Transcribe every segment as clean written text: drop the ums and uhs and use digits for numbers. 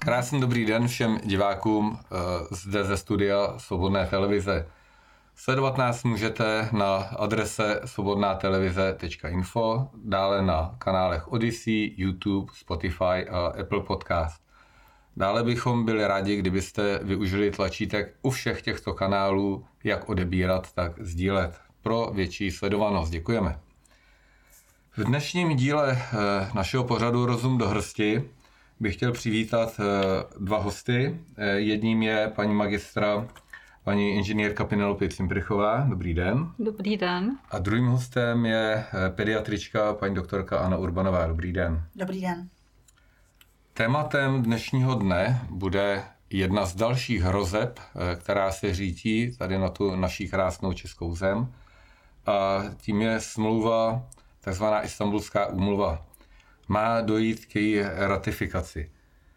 Krásný dobrý den všem divákům zde ze studia Svobodné televize. Sledovat nás můžete na adrese svobodnatelevize.info, dále na kanálech Odyssey, YouTube, Spotify a Apple Podcast. Dále bychom byli rádi, kdybyste využili tlačítek u všech těchto kanálů, jak odebírat, tak sdílet. Pro větší sledovanost. Děkujeme. V dnešním díle našeho pořadu Rozum do hrsti bych chtěl přivítat dva hosty. Jedním je paní magistra, paní inženýrka Penelope Cimprichová. Dobrý den. Dobrý den. A druhým hostem je pediatrička paní doktorka Anna Urbanová. Dobrý den. Dobrý den. Tématem dnešního dne bude jedna z dalších hrozeb, která se řítí tady na tu naší krásnou českou zem. A tím je smlouva, takzvaná Istanbulská úmluva. Má dojít k její ratifikaci.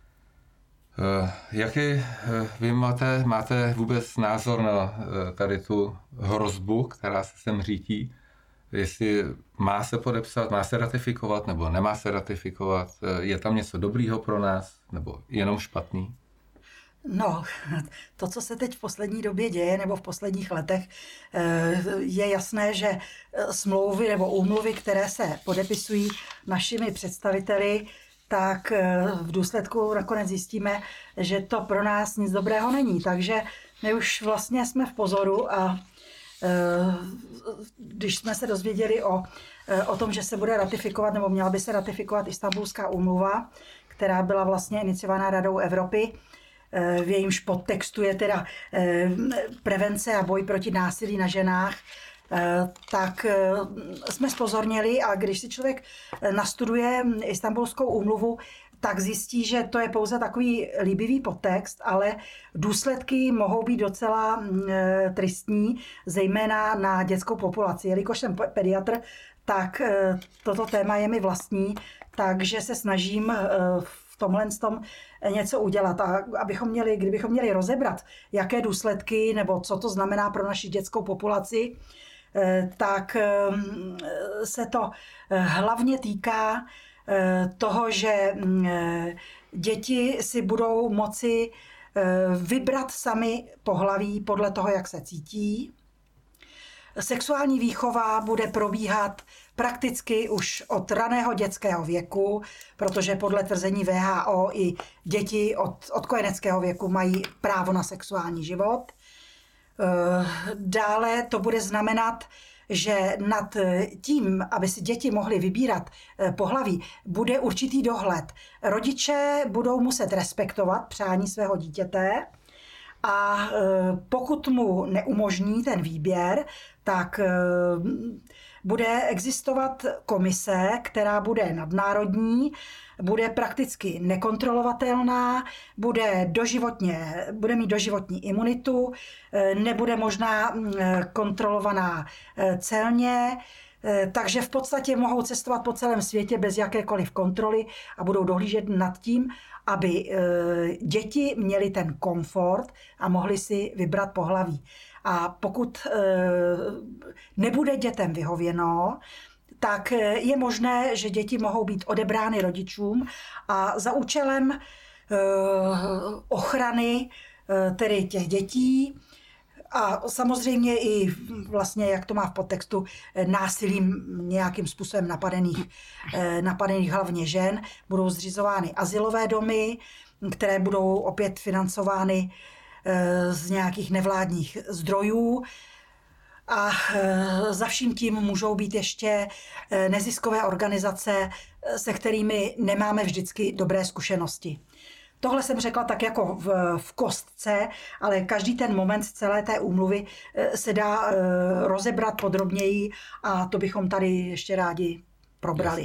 Jaký vy máte vůbec názor na tady tu hrozbu, která se sem řítí? Jestli má se podepsat, má se ratifikovat, nebo nemá se ratifikovat? Je tam něco dobrýho pro nás, nebo jenom špatný? No, to, co se teď v poslední době děje, nebo v posledních letech, je jasné, že smlouvy nebo úmluvy, které se podepisují našimi představiteli, tak v důsledku nakonec zjistíme, že to pro nás nic dobrého není. Takže my už vlastně jsme v pozoru a když jsme se dozvěděli o tom, že se bude ratifikovat, nebo měla by se ratifikovat Istanbulská úmluva, která byla vlastně iniciována Radou Evropy, v jejímž podtextu je teda prevence a boj proti násilí na ženách, tak jsme zpozorněli, a když si člověk nastuduje Istanbulskou úmluvu, tak zjistí, že to je pouze takový líbivý podtext, ale důsledky mohou být docela tristní, zejména na dětskou populaci. Jelikož jsem pediatr, tak toto téma je mi vlastní, takže se snažím v tomhle něco udělat. A kdybychom měli rozebrat, jaké důsledky nebo co to znamená pro naši dětskou populaci, tak se to hlavně týká toho, že děti si budou moci vybrat sami pohlaví podle toho, jak se cítí. Sexuální výchova bude probíhat prakticky už od raného dětského věku, protože podle tvrzení WHO i děti od kojeneckého věku mají právo na sexuální život. Dále to bude znamenat, že nad tím, aby si děti mohly vybírat pohlaví, bude určitý dohled. Rodiče budou muset respektovat přání svého dítěte a pokud mu neumožní ten výběr, tak bude existovat komise, která bude nadnárodní, bude prakticky nekontrolovatelná, bude mít doživotní imunitu, nebude možná kontrolovaná celně, takže v podstatě mohou cestovat po celém světě bez jakékoliv kontroly a budou dohlížet nad tím, aby děti měly ten komfort a mohly si vybrat pohlaví. A pokud nebude dětem vyhověno, tak je možné, že děti mohou být odebrány rodičům a za účelem ochrany tedy těch dětí a samozřejmě i vlastně, jak to má v podtextu, násilím nějakým způsobem napadených hlavně žen, budou zřizovány azylové domy, které budou opět financovány z nějakých nevládních zdrojů. A za vším tím můžou být ještě neziskové organizace, se kterými nemáme vždycky dobré zkušenosti. Tohle jsem řekla tak jako v kostce, ale každý ten moment z celé té úmluvy se dá rozebrat podrobněji a to bychom tady ještě rádi probrali.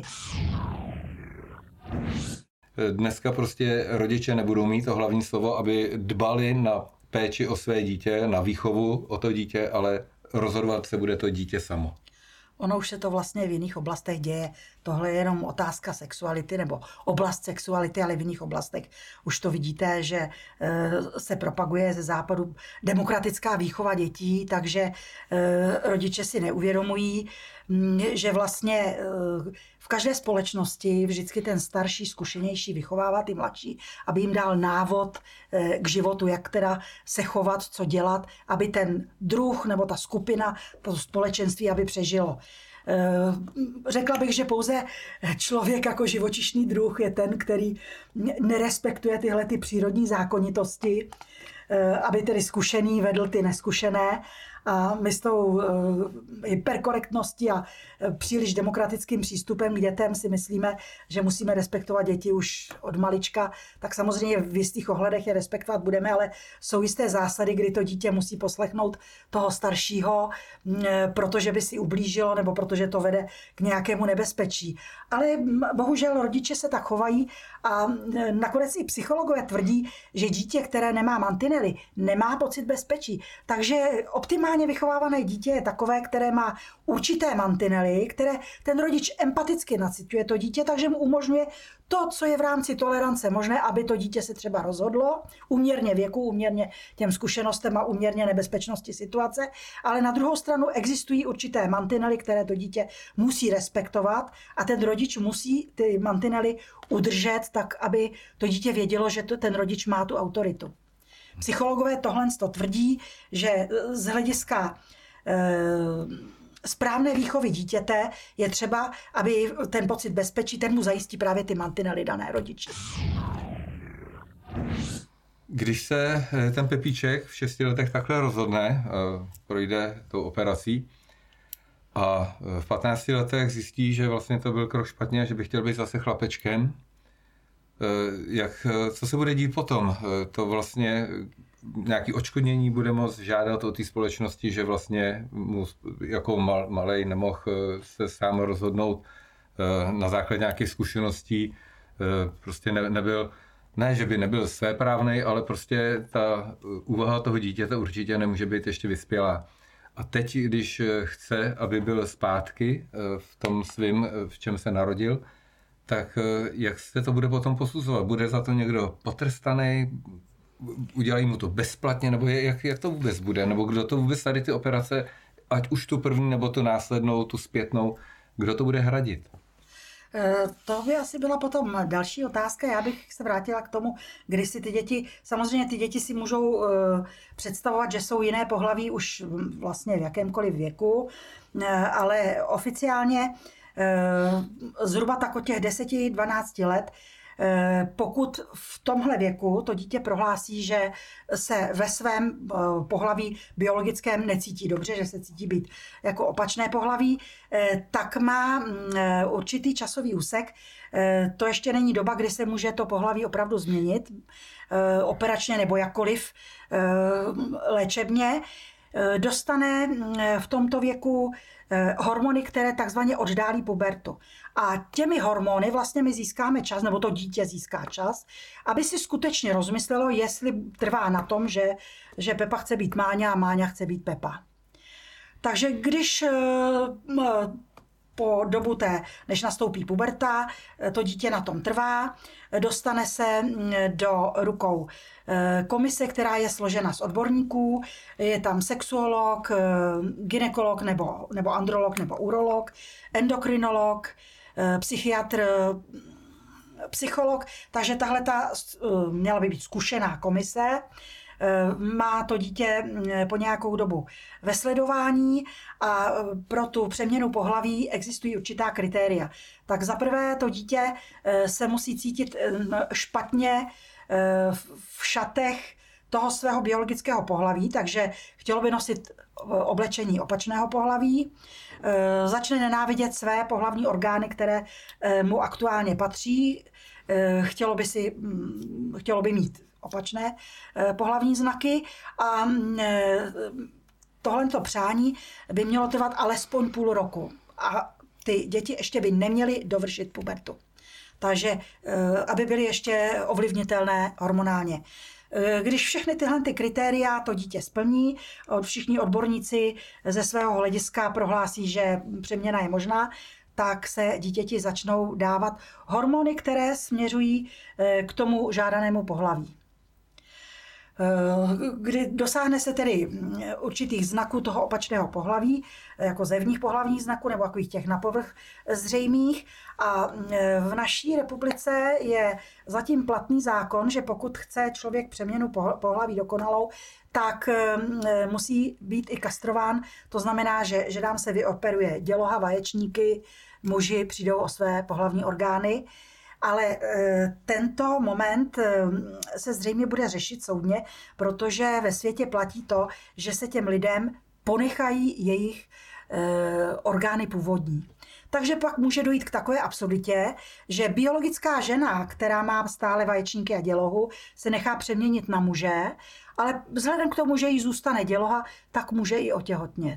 Dneska prostě rodiče nebudou mít to hlavní slovo, aby dbali na péči o své dítě, na výchovu o to dítě, ale rozhodovat se bude to dítě samo. Ono už se to vlastně v jiných oblastech děje. Tohle je jenom otázka sexuality nebo oblast sexuality, ale v jiných oblastech už to vidíte, že se propaguje ze západu demokratická výchova dětí, takže rodiče si neuvědomují, že vlastně v každé společnosti vždycky ten starší, zkušenější vychovává ty mladší, aby jim dal návod k životu, jak teda se chovat, co dělat, aby ten druh nebo ta skupina, to společenství, aby přežilo. Řekla bych, že pouze člověk jako živočišný druh je ten, který nerespektuje tyhle ty přírodní zákonitosti, aby tedy zkušený vedl ty neskušené. A my s tou hyperkorektností a příliš demokratickým přístupem k dětem si myslíme, že musíme respektovat děti už od malička. Tak samozřejmě v jistých ohledech je respektovat budeme, ale jsou jisté zásady, kdy to dítě musí poslechnout toho staršího, protože by si ublížilo nebo protože to vede k nějakému nebezpečí. Ale bohužel rodiče se tak chovají a nakonec i psychologové tvrdí, že dítě, které nemá mantinely, nemá pocit bezpečí. Takže optimálně vychovávané dítě je takové, které má určité mantinely, které ten rodič empaticky naciťuje to dítě, takže mu umožňuje to, co je v rámci tolerance možné, aby to dítě se třeba rozhodlo, úměrně věku, úměrně těm zkušenostem a úměrně nebezpečnosti situace, ale na druhou stranu existují určité mantinely, které to dítě musí respektovat a ten rodič musí ty mantinely udržet tak, aby to dítě vědělo, že ten rodič má tu autoritu. Psychologové tohle tvrdí, že z hlediska správné výchovy dítěte je třeba, aby ten pocit bezpečí, ten mu zajistí právě ty mantinely dané rodiče. Když se ten Pepíček v 6 letech takhle rozhodne, projde tou operací a v 15 letech zjistí, že vlastně to byl krok špatně, že by chtěl být zase chlapečkem, co se bude dít potom? To vlastně nějaké odškodnění bude moct žádat od té společnosti, že vlastně mu jako malej nemohl se sám rozhodnout na základě nějakých zkušeností, prostě nebyl, ne, že by nebyl svéprávnej, ale prostě ta úvaha toho dítěte určitě nemůže být ještě vyspělá. A teď, když chce, aby byl zpátky v tom svým, v čem se narodil, tak jak se to bude potom posuzovat? Bude za to někdo potrestaný? Udělají mu to bezplatně? Nebo jak to vůbec bude? Nebo kdo to vůbec tady ty operace, ať už tu první nebo tu následnou, tu zpětnou, kdo to bude hradit? To by asi byla potom další otázka. Já bych se vrátila k tomu, kdy si ty děti, samozřejmě ty děti si můžou představovat, že jsou jiné pohlaví už vlastně v jakémkoliv věku, ale oficiálně zhruba tak od těch 10-12 let, pokud v tomhle věku to dítě prohlásí, že se ve svém pohlaví biologickém necítí dobře, že se cítí být jako opačné pohlaví, tak má určitý časový úsek. To ještě není doba, kdy se může to pohlaví opravdu změnit, operačně nebo jakkoliv léčebně. Dostane v tomto věku hormony, které takzvaně oddálí pubertu. A těmi hormony vlastně my získáme čas, nebo to dítě získá čas, aby si skutečně rozmyslelo, jestli trvá na tom, že Pepa chce být Máňa a Máňa chce být Pepa. Takže když po dobu než nastoupí puberta, to dítě na tom trvá, dostane se do rukou komise, která je složena z odborníků, je tam sexuolog, gynekolog nebo androlog nebo urolog, endokrinolog, psychiatr, psycholog, takže tahle měla by být zkušená komise. Má to dítě po nějakou dobu ve sledování a pro tu přeměnu pohlaví existují určitá kritéria. Tak za prvé to dítě se musí cítit špatně v šatech toho svého biologického pohlaví, takže chtělo by nosit oblečení opačného pohlaví, začne nenávidět své pohlavní orgány, které mu aktuálně patří, chtělo by mít opačné pohlavní znaky a tohleto přání by mělo trvat alespoň půl roku a ty děti ještě by neměly dovršit pubertu. Takže aby byly ještě ovlivnitelné hormonálně. Když všechny tyhle kritéria to dítě splní, všichni odborníci ze svého hlediska prohlásí, že přeměna je možná, tak se dítěti začnou dávat hormony, které směřují k tomu žádanému pohlaví. kdy dosáhne se tedy určitých znaků toho opačného pohlaví, jako zevních pohlavních znaků nebo takových těch na povrch zřejmých. A v naší republice je zatím platný zákon, že pokud chce člověk přeměnu pohlaví dokonalou, tak musí být i kastrován. To znamená, že ženám se vyoperuje děloha, vaječníky, muži přijdou o své pohlavní orgány. Ale tento moment se zřejmě bude řešit soudně, protože ve světě platí to, že se těm lidem ponechají jejich orgány původní. Takže pak může dojít k takové absurditě, že biologická žena, která má stále vaječníky a dělohu, se nechá přeměnit na muže, ale vzhledem k tomu, že jí zůstane děloha, tak může i otěhotnět.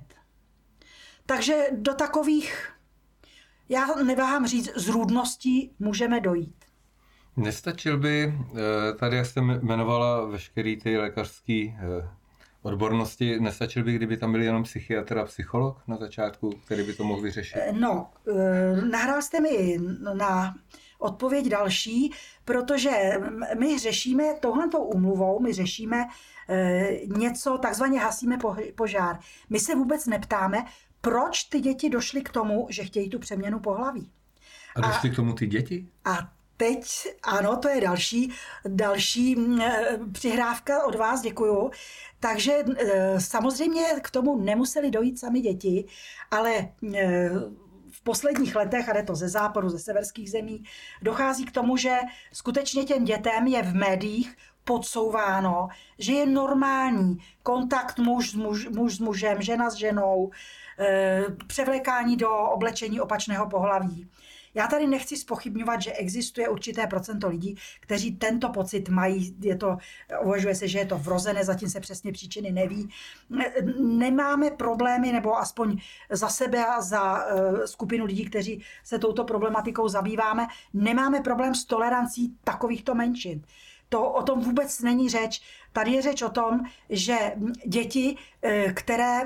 Takže do takových, já neváhám říct, zrůdností můžeme dojít. Nestačil by, tady jak jste jmenovala veškerý ty lékařský odbornosti, nestačil by, kdyby tam byl jenom psychiatr a psycholog na začátku, který by to mohl vyřešit? No, nahrál jste mi na odpověď další, protože my řešíme touhletou úmluvou, my řešíme něco, takzvaně hasíme požár. My se vůbec neptáme, proč ty děti došly k tomu, že chtějí tu přeměnu pohlaví. A došly k tomu ty děti? A teď, ano, to je další přihrávka od vás, děkuju. Takže samozřejmě k tomu nemuseli dojít sami děti, ale v posledních letech, a jde to ze západu, ze severských zemí, dochází k tomu, že skutečně těm dětem je v médiích podsouváno, že je normální kontakt muž s mužem, žena s ženou, převlékání do oblečení opačného pohlaví. Já tady nechci zpochybňovat, že existuje určité procento lidí, kteří tento pocit mají, uvažuje se, že je to vrozené, zatím se přesně příčiny neví. Nemáme problémy, nebo aspoň za sebe a za skupinu lidí, kteří se touto problematikou zabýváme, nemáme problém s tolerancí takovýchto menšin. O tom vůbec není řeč. Tady je řeč o tom, že děti, které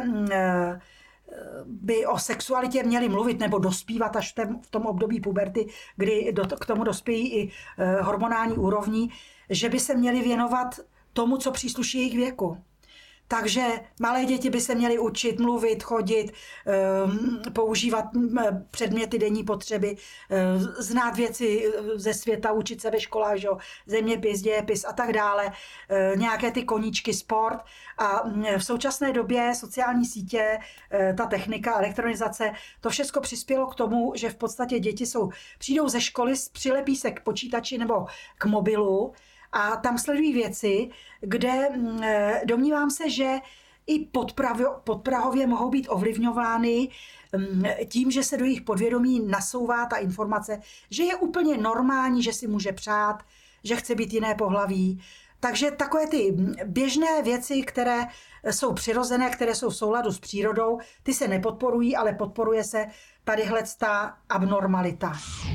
by o sexualitě měli mluvit nebo dospívat až v tom období puberty, kdy k tomu dospějí i hormonální úrovní, že by se měli věnovat tomu, co přísluší jejich věku. Takže malé děti by se měly učit mluvit, chodit, používat předměty denní potřeby, znát věci ze světa, učit se ve školách, že? Zeměpis, dějepis a tak dále, nějaké ty koníčky, sport. A v současné době sociální sítě, ta technika, elektronizace, to všechno přispělo k tomu, že v podstatě děti přijdou ze školy, přilepí se k počítači nebo k mobilu, a tam sledují věci, kde domnívám se, že i podprahově mohou být ovlivňovány tím, že se do jejich podvědomí nasouvá ta informace, že je úplně normální, že si může přát, že chce být jiné pohlaví. Takže takové ty běžné věci, které jsou přirozené, které jsou v souladu s přírodou, ty se nepodporují, ale podporuje se tadyhle ta abnormalita.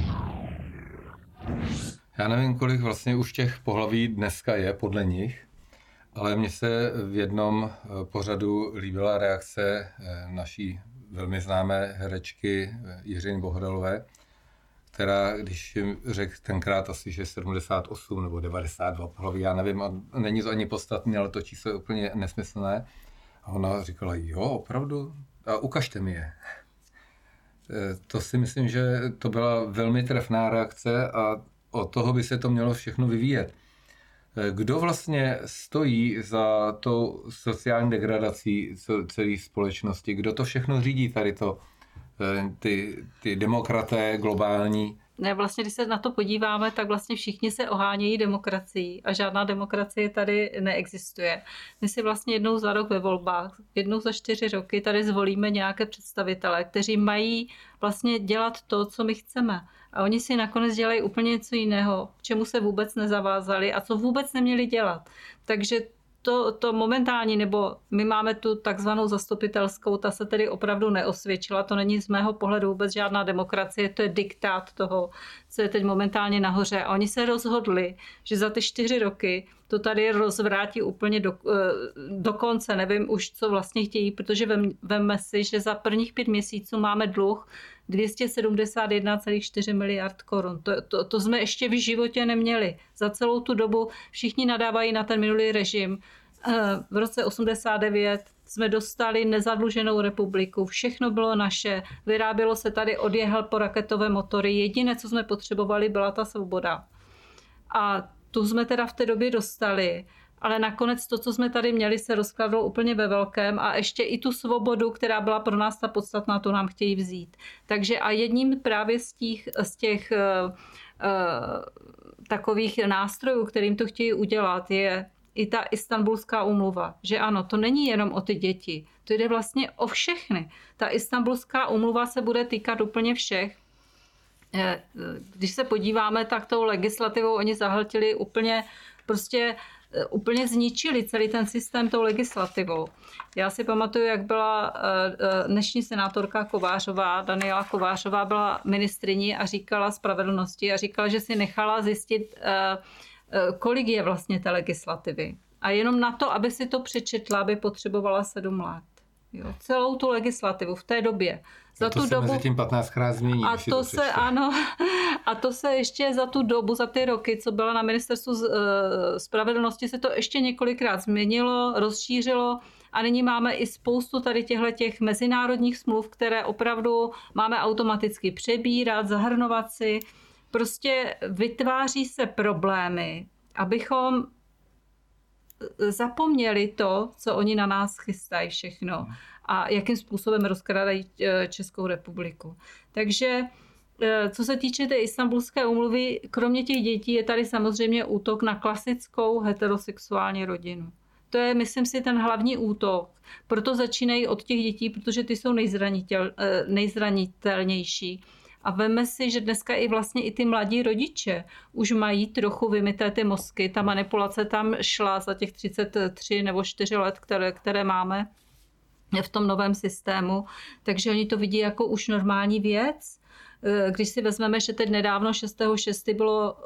Já nevím, kolik vlastně už těch pohlaví dneska je podle nich, ale mně se v jednom pořadu líbila reakce naší velmi známé herečky Jiřiny Bohdalové, která, když jim řekl tenkrát asi, že 78 nebo 92 pohlaví, já nevím, a není to ani podstatné, ale to číslo je úplně nesmyslné. A ona říkala, jo, opravdu? A ukažte mi je. To si myslím, že to byla velmi trefná reakce a od toho by se to mělo všechno vyvíjet. Kdo vlastně stojí za tou sociální degradací celé společnosti? Kdo to všechno řídí tady to? Ty demokraté globální? Ne, vlastně, když se na to podíváme, tak vlastně všichni se ohánějí demokracií a žádná demokracie tady neexistuje. My si vlastně jednou za rok ve volbách, jednou za 4 roky tady zvolíme nějaké představitele, kteří mají vlastně dělat to, co my chceme. A oni si nakonec dělají úplně něco jiného, k čemu se vůbec nezavázali a co vůbec neměli dělat. Takže to momentální, nebo my máme tu takzvanou zastupitelskou, ta se tedy opravdu neosvědčila, to není z mého pohledu vůbec žádná demokracie, to je diktát toho, co je teď momentálně nahoře. A oni se rozhodli, že za ty 4 roky to tady rozvrátí úplně do konce, nevím už, co vlastně chtějí, protože vemme si, že za prvních 5 měsíců máme dluh 271,4 miliard korun. To jsme ještě v životě neměli. Za celou tu dobu všichni nadávají na ten minulý režim. V roce 89 jsme dostali nezadluženou republiku, všechno bylo naše, vyrábělo se tady od jehel po raketové motory, jediné, co jsme potřebovali, byla ta svoboda. A tu jsme teda v té době dostali, ale nakonec to, co jsme tady měli, se rozkladlo úplně ve velkém a ještě i tu svobodu, která byla pro nás ta podstatná, tu nám chtějí vzít. Takže a jedním právě z těch takových nástrojů, kterým to chtějí udělat, je i ta Istanbulská úmluva. Že ano, to není jenom o ty děti, to jde vlastně o všechny. Ta Istanbulská úmluva se bude týkat úplně všech. Když se podíváme, tak tou legislativou oni zahltili úplně zničili celý ten systém tou legislativou. Já si pamatuju, jak byla dnešní senátorka Kovářová, Daniela Kovářová byla ministryní a říkala spravedlnosti a říkala, že si nechala zjistit, kolik je vlastně té legislativy. A jenom na to, aby si to přečetla, by potřebovala 7 let. Jo, celou tu legislativu v té době. Za tu dobu mezi tím 15krát změní. A to se ještě za tu dobu, za ty roky, co byla na ministerstvu spravedlnosti, se to ještě několikrát změnilo, rozšířilo a nyní máme i spoustu tady těch mezinárodních smluv, které opravdu máme automaticky přebírat, zahrnovat si. Prostě vytváří se problémy, abychom zapomněli to, co oni na nás chystají všechno a jakým způsobem rozkrádají Českou republiku. Takže co se týče té Istanbulské úmluvy, kromě těch dětí je tady samozřejmě útok na klasickou heterosexuální rodinu. To je, myslím si, ten hlavní útok. Proto začínají od těch dětí, protože ty jsou nejzranitelnější. A veme si, že dneska i ty mladí rodiče už mají trochu vymyté ty mozky. Ta manipulace tam šla za těch 33 nebo 4 let, které máme v tom novém systému. Takže oni to vidí jako už normální věc. Když si vezmeme, že teď nedávno 6.6. bylo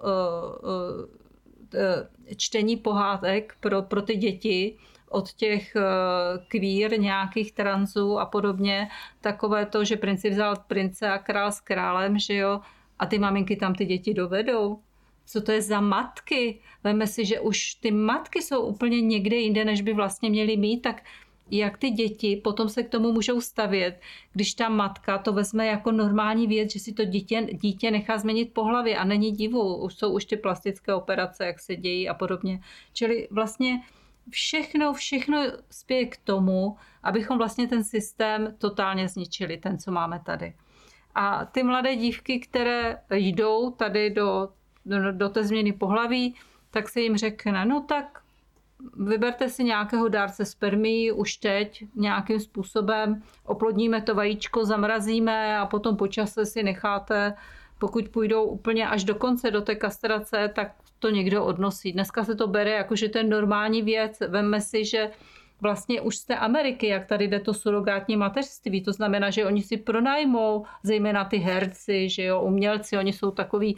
čtení pohádek pro ty děti, od těch queer, nějakých transů a podobně, takové to, že princip vzal prince a král s králem, že jo, a ty maminky tam ty děti dovedou. Co to je za matky? Veme si, že už ty matky jsou úplně někde jinde, než by vlastně měly mít, tak jak ty děti potom se k tomu můžou stavět, když ta matka to vezme jako normální věc, že si to dítě nechá změnit pohlaví a není divu, jsou už ty plastické operace, jak se dějí a podobně. Čili vlastně všechno spěje k tomu, abychom vlastně ten systém totálně zničili, ten, co máme tady. A ty mladé dívky, které jdou tady do té změny pohlaví, tak se jim řekne, no tak vyberte si nějakého dárce spermií už teď nějakým způsobem, oplodníme to vajíčko, zamrazíme a potom po čase si necháte, pokud půjdou úplně až do konce, do té kastrace, tak to někdo odnosí. Dneska se to bere jako, že to je normální věc. Vemme si, že vlastně už z té Ameriky, jak tady jde to surogátní mateřství, to znamená, že oni si pronajmou, zejména ty herci, že jo, umělci, oni jsou takový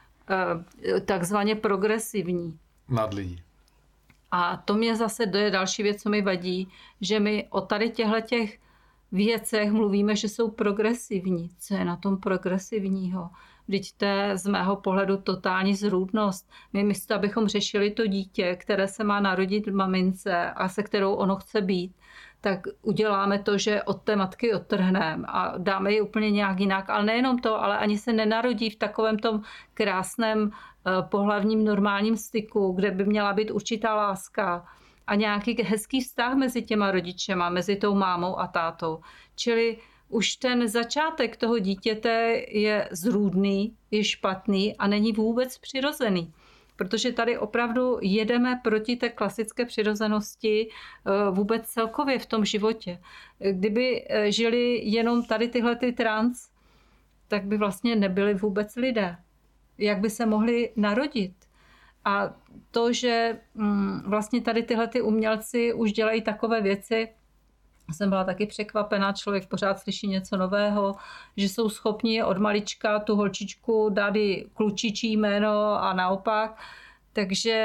takzvaně progresivní. Nadlí. A to mě zase je další věc, co mi vadí, že my o tady těch věcech mluvíme, že jsou progresivní. Co je na tom progresivního? Vždyť to je z mého pohledu totální zrůdnost. My místo, abychom řešili to dítě, které se má narodit mamince a se kterou ono chce být, tak uděláme to, že od té matky odtrhneme a dáme ji úplně nějak jinak. Ale nejenom to, ale ani se nenarodí v takovém tom krásném pohlavním normálním styku, kde by měla být určitá láska a nějaký hezký vztah mezi těma rodičema, mezi tou mámou a tátou. Čili už ten začátek toho dítěte je zrůdný, je špatný a není vůbec přirozený. Protože tady opravdu jedeme proti té klasické přirozenosti vůbec celkově v tom životě. Kdyby žili jenom tady tyhle trans, tak by vlastně nebyli vůbec lidé. Jak by se mohli narodit? A to, že vlastně tady tyhle umělci už dělají takové věci, jsem byla taky překvapená, člověk pořád slyší něco nového, že jsou schopni od malička tu holčičku dát i klučičí jméno a naopak. Takže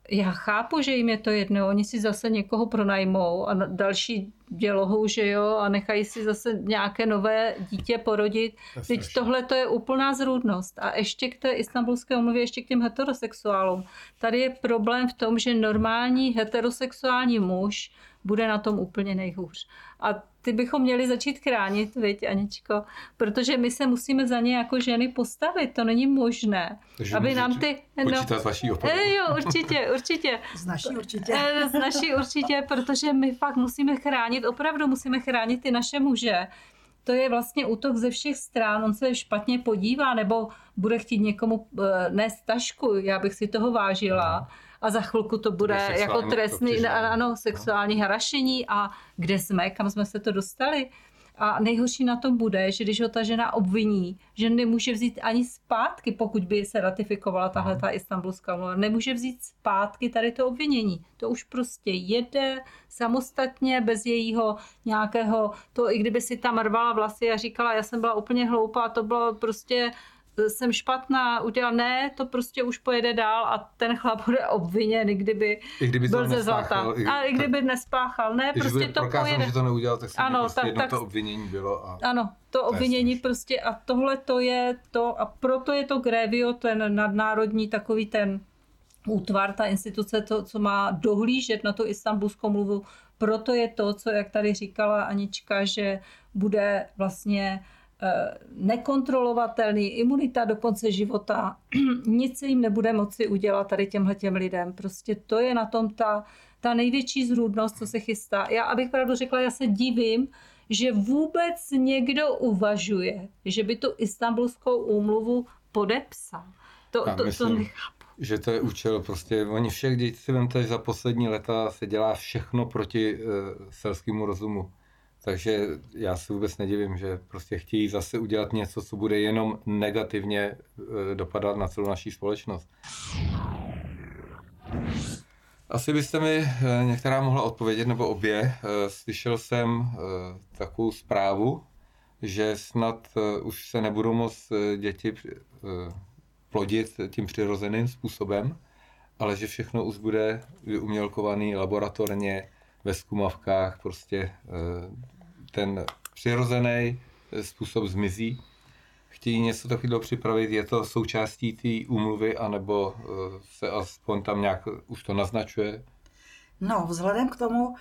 Já chápu, že jim je to jedno, oni si zase někoho pronajmou a další dělohou, že jo, a nechají si zase nějaké nové dítě porodit. Teď tohle to je úplná zrůdnost. A ještě k té Istanbulské úmluvě, ještě k těm heterosexuálům. Tady je problém v tom, že normální heterosexuální muž bude na tom úplně nejhůř. A ty bychom měli začít chránit, viď, Aničko? Protože my se musíme za ně jako ženy postavit. To není možné. Takže aby nám ty... počítat s vaší oporou. Jo, určitě. Z naší určitě. Z naší určitě, protože my fakt musíme chránit, opravdu musíme chránit ty naše muže. To je vlastně útok ze všech stran, on se špatně podívá, nebo bude chtít někomu nést tašku, já bych si toho vážila. A za chvilku to bude jako trestný, ano, sexuální harašení a kde jsme, kam jsme se to dostali. A nejhorší na tom bude, že když ho ta žena obviní, že nemůže vzít ani zpátky, pokud by se ratifikovala tahle ta Istanbulská úmluva, nemůže vzít zpátky tady to obvinění. To už prostě jede samostatně, bez jejího nějakého, to i kdyby si tam rvala vlasy a říkala, já jsem byla úplně hloupá, to bylo prostě, jsem špatná, udělala, ne, to prostě už pojede dál a ten chlap bude obviněn, i kdyby byl ze zlata. A i kdyby nespáchal, ne, prostě to pojede. Že to neudělal, tak ano, prostě jedno to obvinění bylo. Ano, to obvinění prostě a tohle to je to a proto je to Grevio, ten nadnárodní takový ten útvar, ta instituce, to, co má dohlížet na tu Istanbulskou úmluvu, proto je to, co, jak tady říkala Anička, že bude vlastně nekontrolovatelný, imunita do konce života, nic se jim nebude moci udělat tady těmhletěm lidem. Prostě to je na tom ta největší zrůdnost, co se chystá. Já, abych pravdu řekla, já se divím, že vůbec někdo uvažuje, že by tu Istanbulskou úmluvu podepsal. To nechápu. Že to je účel, prostě oni všech děti si vemte, za poslední léta se dělá všechno proti selskému rozumu. Takže já se vůbec nedivím, že prostě chtějí zase udělat něco, co bude jenom negativně dopadat na celou naší společnost. Asi byste mi některá mohla odpovědět, nebo obě. Slyšel jsem takovou zprávu, že snad už se nebudou moct děti plodit tím přirozeným způsobem, ale že všechno už bude umělkovaný laboratorně, ve zkumavkách, prostě ten přirozený způsob zmizí. Chtějí něco takového připravit, je to součástí té úmluvy, anebo se aspoň tam nějak už to naznačuje? No, vzhledem k tomu,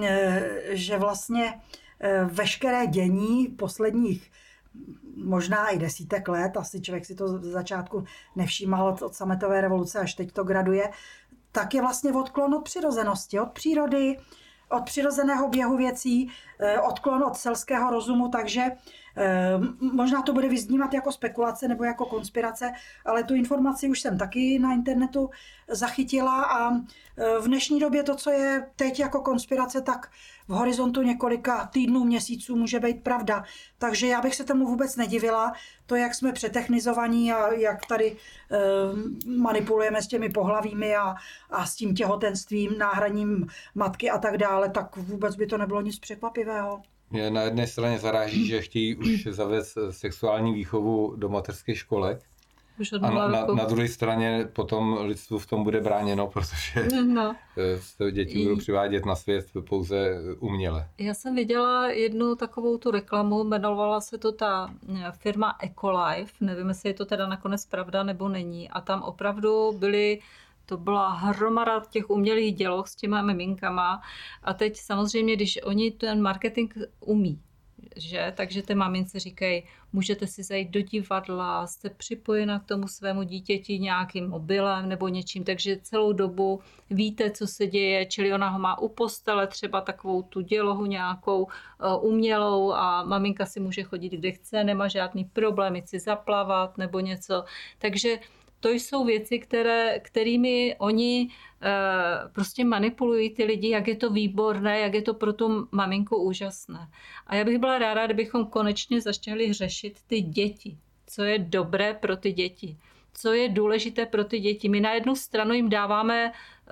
že vlastně veškeré dění posledních možná i desítek let, asi člověk si to z začátku nevšímal od sametové revoluce, až teď to graduje, tak je vlastně odklon od přirozenosti, od přírody, od přirozeného běhu věcí, odklon od selského rozumu, takže možná to bude vyznívat jako spekulace nebo jako konspirace, ale tu informaci už jsem taky na internetu zachytila a v dnešní době to, co je teď jako konspirace, tak v horizontu několika týdnů, měsíců může být pravda. Takže já bych se tomu vůbec nedivila. To, jak jsme přetechnizovaní a jak tady manipulujeme s těmi pohlavími a s tím těhotenstvím, náhraním matky a tak dále, tak vůbec by to nebylo nic překvapivého. Mě na jedné straně zaráží, že chtějí už zavést sexuální výchovu do mateřských školek. A na druhé straně potom lidstvu v tom bude bráněno, protože děti budou přivádět na svět pouze uměle. Já jsem viděla jednu takovou tu reklamu, jmenovala se to ta firma Ecolife, nevím, jestli je to teda nakonec pravda nebo není. A tam opravdu to byla hromada těch umělých děloh s těma miminkama. A teď samozřejmě, když oni ten marketing umí, že? Takže ty mamince říkají, můžete si zajít do divadla, jste připojena k tomu svému dítěti nějakým mobilem nebo něčím, takže celou dobu víte, co se děje, čili ona ho má u postele, třeba takovou tu dělohu nějakou umělou a maminka si může chodit, kde chce, nemá žádný problém, jít si zaplavat nebo něco. Takže to jsou věci, kterými oni prostě manipulují ty lidi, jak je to výborné, jak je to pro tu maminku úžasné. A já bych byla ráda, kdybychom konečně začali řešit ty děti. Co je dobré pro ty děti. Co je důležité pro ty děti. My na jednu stranu jim dáváme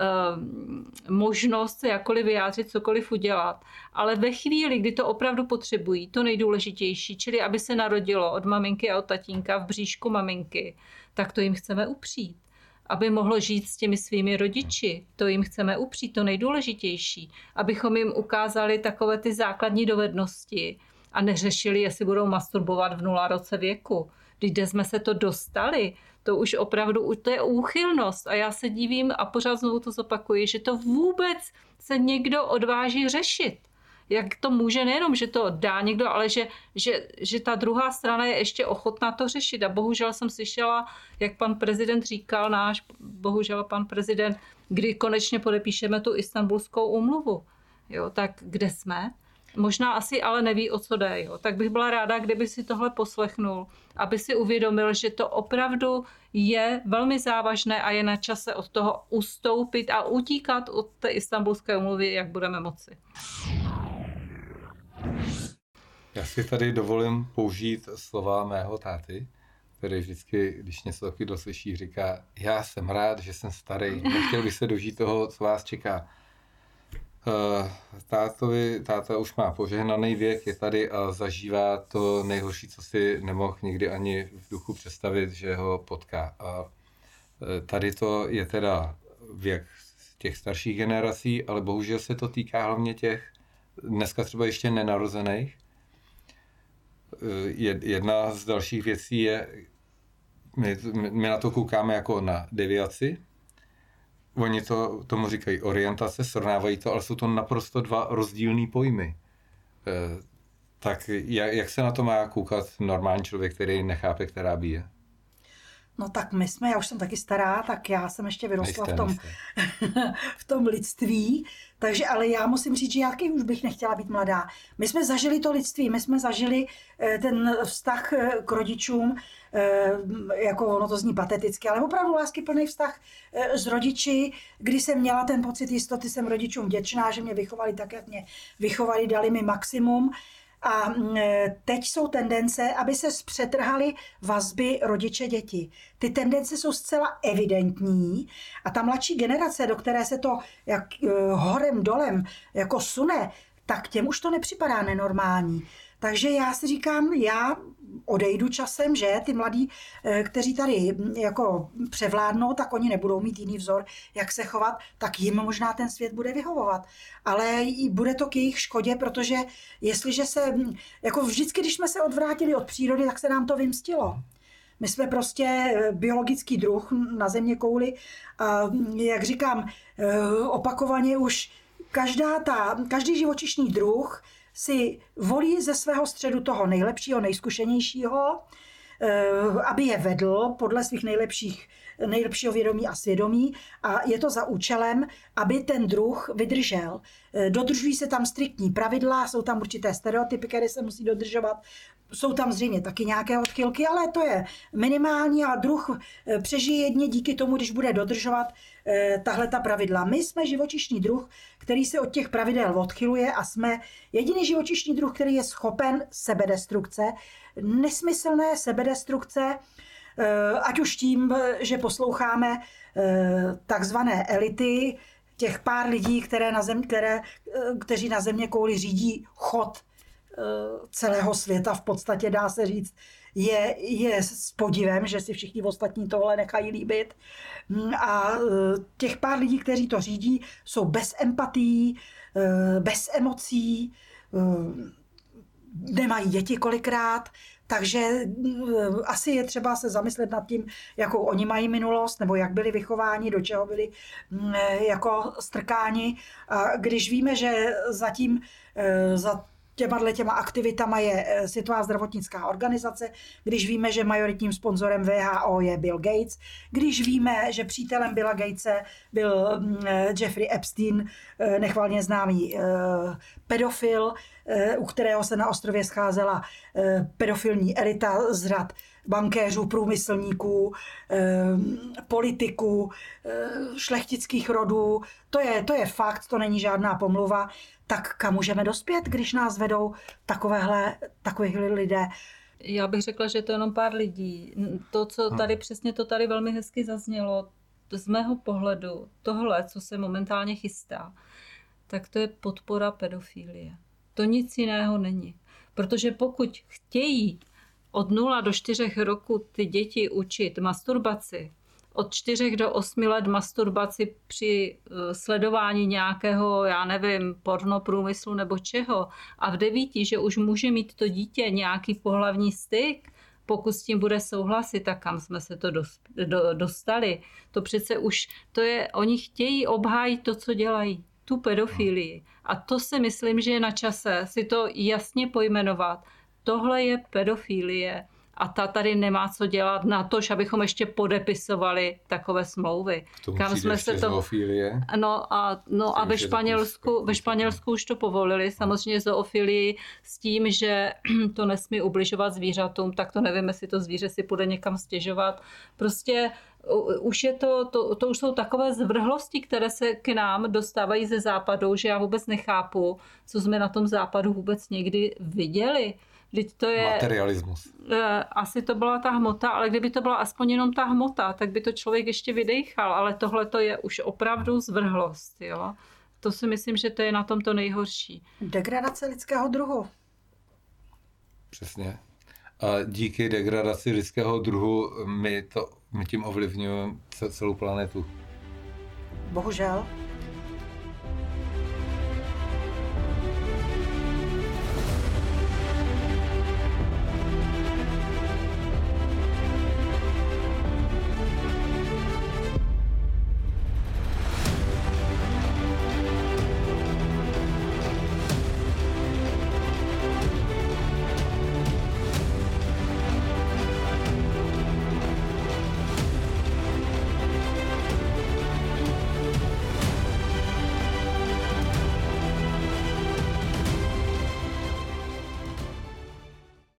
možnost se jakkoliv vyjádřit, cokoliv udělat. Ale ve chvíli, kdy to opravdu potřebují, to nejdůležitější, čili aby se narodilo od maminky a od tatínka v bříšku maminky, tak to jim chceme upřít. aby mohlo žít s těmi svými rodiči. To jim chceme upřít, to nejdůležitější. Abychom jim ukázali takové ty základní dovednosti a neřešili, jestli budou masturbovat v 0 roce věku. Když jsme se to dostali, to už opravdu, to je úchylnost. A já se divím a pořád znovu to zopakuji, že to vůbec se někdo odváží řešit. Jak to může, nejenom, že to dá někdo, ale že ta druhá strana je ještě ochotná to řešit. A bohužel jsem slyšela, jak pan prezident říkal, bohužel pan prezident, kdy konečně podepíšeme tu Istanbulskou úmluvu. Jo, tak kde jsme? Možná asi ale neví, o co jde. Jo. Tak bych byla ráda, kdyby si tohle poslechnul, aby si uvědomil, že to opravdu je velmi závažné a je na čase od toho ustoupit a utíkat od té Istanbulské úmluvy, jak budeme moci. Já si tady dovolím použít slova mého táty, který vždycky, když něco taky doslyší, říká: já jsem rád, že jsem starý, nechtěl bych se dožít toho, co vás čeká. Táta už má požehnaný věk, je tady a zažívá to nejhorší, co si nemohl nikdy ani v duchu představit, že ho potká. A tady to je teda věk těch starších generací, ale bohužel se to týká hlavně těch dneska třeba ještě nenarozených. Jedna z dalších věcí je, my na to koukáme jako na deviaci. Oni tomu říkají orientace, srovnávají to, ale jsou to naprosto 2 rozdílný pojmy. Tak jak se na to má koukat normální člověk, který nechápe, která bije? No tak já už jsem taky stará, tak já jsem ještě vyrostla v tom lidství, takže ale já musím říct, že já taky už bych nechtěla být mladá. My jsme zažili to lidství, my jsme zažili ten vztah k rodičům, jako ono to zní pateticky, ale opravdu láskyplný vztah s rodiči, kdy jsem měla ten pocit jistoty, jsem rodičům vděčná, že mě vychovali tak, jak mě vychovali, dali mi maximum. A teď jsou tendence, aby se zpřetrhaly vazby rodiče-děti. Ty tendence jsou zcela evidentní a ta mladší generace, do které se to jak horem dolem jako sune, tak těm už to nepřipadá nenormální. Takže já si říkám, já odejdu časem, že ty mladí, kteří tady jako převládnou, tak oni nebudou mít jiný vzor, jak se chovat, tak jim možná ten svět bude vyhovovat. Ale bude to k jejich škodě, protože jestliže jako vždycky, když jsme se odvrátili od přírody, tak se nám to vymstilo. My jsme prostě biologický druh na zeměkouli a jak říkám, opakovaně už každý živočišný druh si volí ze svého středu toho nejlepšího, nejzkušenějšího, aby je vedl podle svých nejlepšího vědomí a svědomí a je to za účelem, aby ten druh vydržel. Dodržují se tam striktní pravidla, jsou tam určité stereotypy, které se musí dodržovat, jsou tam zřejmě taky nějaké odchylky, ale to je minimální a druh přežije jedně díky tomu, když bude dodržovat tahle ta pravidla. My jsme živočišný druh, který se od těch pravidel odchyluje a jsme jediný živočišný druh, který je schopen sebedestrukce, nesmyslné sebedestrukce, ať už tím, že posloucháme takzvané elity, těch pár lidí, kteří na zeměkouli řídí chod celého světa, v podstatě dá se říct, je s podivem, že si všichni ostatní tohle nechají líbit. A těch pár lidí, kteří to řídí, jsou bez empatií, bez emocí, nemají děti kolikrát, takže asi je třeba se zamyslet nad tím, jakou oni mají minulost, nebo jak byli vychováni, do čeho byli jako strkáni. A když víme, že zatím za těma aktivitama je Světová zdravotnická organizace, když víme, že majoritním sponzorem WHO je Bill Gates, když víme, že přítelem Billa Gatese byl Jeffrey Epstein, nechvalně známý pedofil, u kterého se na ostrově scházela pedofilní elita z řad bankéřů, průmyslníků, politiků, šlechtických rodů. To je fakt, to není žádná pomluva. Tak kam můžeme dospět, když nás vedou takovýhle lidé? Já bych řekla, že to je jenom pár lidí. To, co tady přesně to tady velmi hezky zaznělo, z mého pohledu, tohle, co se momentálně chystá, tak to je podpora pedofilie. To nic jiného není. Protože pokud chtějí od 0 do 4 roku ty děti učit masturbaci, od 4 do 8 let masturbaci při sledování nějakého, já nevím, pornoprůmyslu nebo čeho a v 9, že už může mít to dítě nějaký pohlavní styk, pokud s tím bude souhlasit, tak kam jsme se to dostali. To přece už, oni chtějí obhájit to, co dělají, tu pedofilii. A to si myslím, že je na čase si to jasně pojmenovat. Tohle je pedofilie a ta tady nemá co dělat na to, že abychom ještě podepisovali takové smlouvy. Kam jsme se to zoofilie? No a ve Španělsku už to povolili, samozřejmě zoofilii s tím, že to nesmí ubližovat zvířatům, tak to nevím, jestli to zvíře si půjde někam stěžovat. Prostě už je to už jsou takové zvrhlosti, které se k nám dostávají ze západu, že já vůbec nechápu, co jsme na tom západu vůbec někdy viděli. To je, materialismus. Asi to byla ta hmota, ale kdyby to byla aspoň jenom ta hmota, tak by to člověk ještě vydejchal, ale tohle to je už opravdu zvrhlost. Jo? To si myslím, že to je na tom to nejhorší. Degradace lidského druhu. Přesně. A díky degradaci lidského druhu my tím ovlivňujeme celou planetu. Bohužel.